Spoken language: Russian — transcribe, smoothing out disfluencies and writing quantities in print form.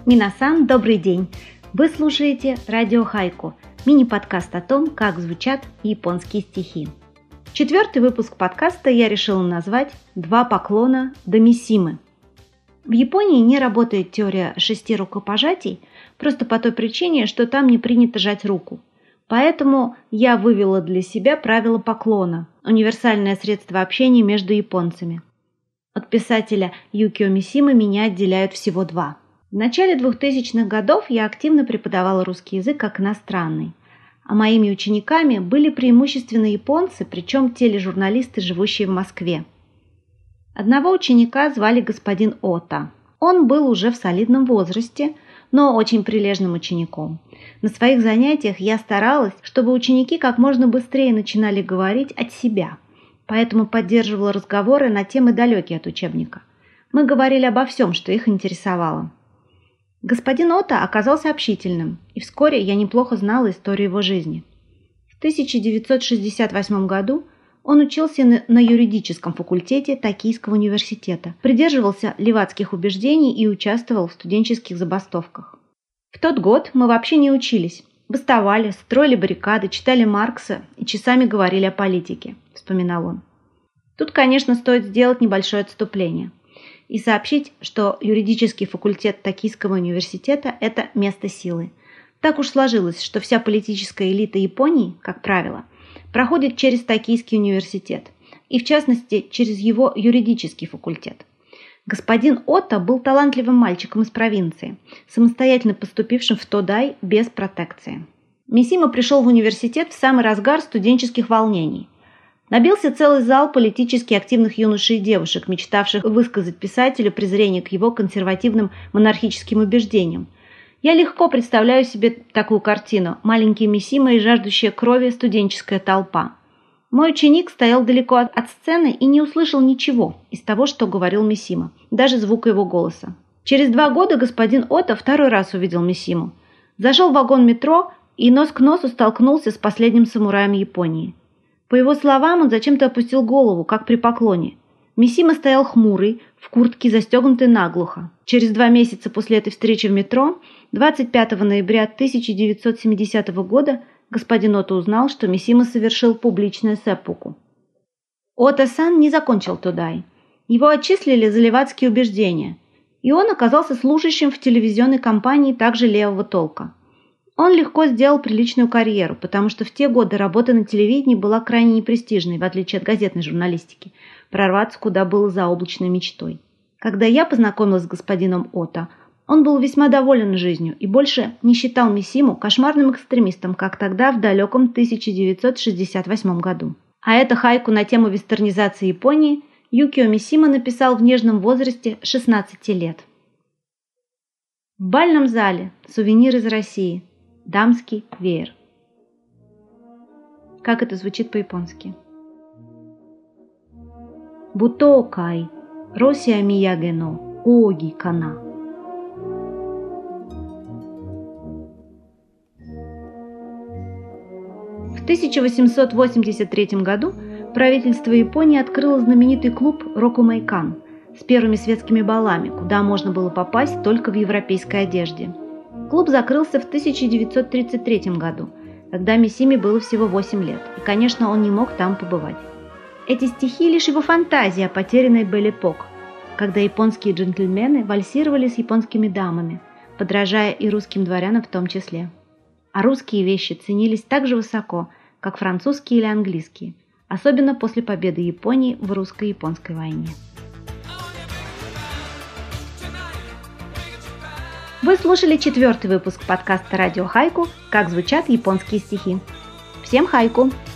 Минасан, добрый день! Вы слушаете Радио Хайку, мини-подкаст о том, как звучат японские стихи. 4-й выпуск подкаста я решила назвать «Два поклона до Мисимы». В Японии не работает теория 6 рукопожатий, просто по той причине, что там не принято жать руку. Поэтому я вывела для себя правило поклона – универсальное средство общения между японцами. От писателя Юкио Мисимы меня отделяют всего два. В начале 2000-х годов я активно преподавала русский язык как иностранный, а моими учениками были преимущественно японцы, причем тележурналисты, живущие в Москве. Одного ученика звали господин Ота. Он был уже в солидном возрасте, но очень прилежным учеником. На своих занятиях я старалась, чтобы ученики как можно быстрее начинали говорить от себя, поэтому поддерживала разговоры на темы, далекие от учебника. Мы говорили обо всем, что их интересовало. Господин Ота оказался общительным, и вскоре я неплохо знала историю его жизни. В 1968 году он учился на юридическом факультете Токийского университета, придерживался левацких убеждений и участвовал в студенческих забастовках. В тот год мы вообще не учились, бастовали, строили баррикады, читали Маркса и часами говорили о политике, вспоминал он. Тут, конечно, стоит сделать небольшое отступление и сообщить, что юридический факультет Токийского университета – это место силы. Так уж сложилось, что вся политическая элита Японии, как правило, проходит через Токийский университет, и в частности через его юридический факультет. Господин Ота был талантливым мальчиком из провинции, самостоятельно поступившим в Тодай без протекции. Мисима пришел в университет в самый разгар студенческих волнений. Набился целый зал политически активных юношей и девушек, мечтавших высказать писателю презрение к его консервативным монархическим убеждениям. Я легко представляю себе такую картину: маленький Мисима и жаждущая крови студенческая толпа. Мой ученик стоял далеко от сцены и не услышал ничего из того, что говорил Мисима, даже звука его голоса. Через 2 года господин Ота второй раз увидел Мисиму. Зашел в вагон метро и нос к носу столкнулся с последним самураем Японии. По его словам, он зачем-то опустил голову, как при поклоне. Мисима стоял хмурый, в куртке, застегнутой наглухо. Через 2 месяца после этой встречи в метро, 25 ноября 1970 года, господин Ота узнал, что Мисима совершил публичное сэппуку. Ота-сан не закончил Тодай. Его отчислили за левацкие убеждения, и он оказался служащим в телевизионной компании также левого толка. Он легко сделал приличную карьеру, потому что в те годы работа на телевидении была крайне непрестижной, в отличие от газетной журналистики, прорваться куда было заоблачной мечтой. Когда я познакомилась с господином Ота, он был весьма доволен жизнью и больше не считал Мисиму кошмарным экстремистом, как тогда в далеком 1968 году. А это хайку на тему вестернизации Японии Юкио Мисима написал в нежном возрасте 16 лет. В бальном зале сувенир из России. Дамский веер. Как это звучит по-японски? Бутоукай, Россия Мияге но Оги Кана. В 1883 году правительство Японии открыло знаменитый клуб Рокумейкан с первыми светскими балами, куда можно было попасть только в европейской одежде. Клуб закрылся в 1933 году, когда Мисиме было всего 8 лет, и, конечно, он не мог там побывать. Эти стихи лишь его фантазия о потерянной Бель-эпок, когда японские джентльмены вальсировали с японскими дамами, подражая и русским дворянам в том числе. А русские вещи ценились так же высоко, как французские или английские, особенно после победы Японии в русско-японской войне. Вы слушали 4-й выпуск подкаста «Радио Хайку. Как звучат японские стихи». Всем хайку!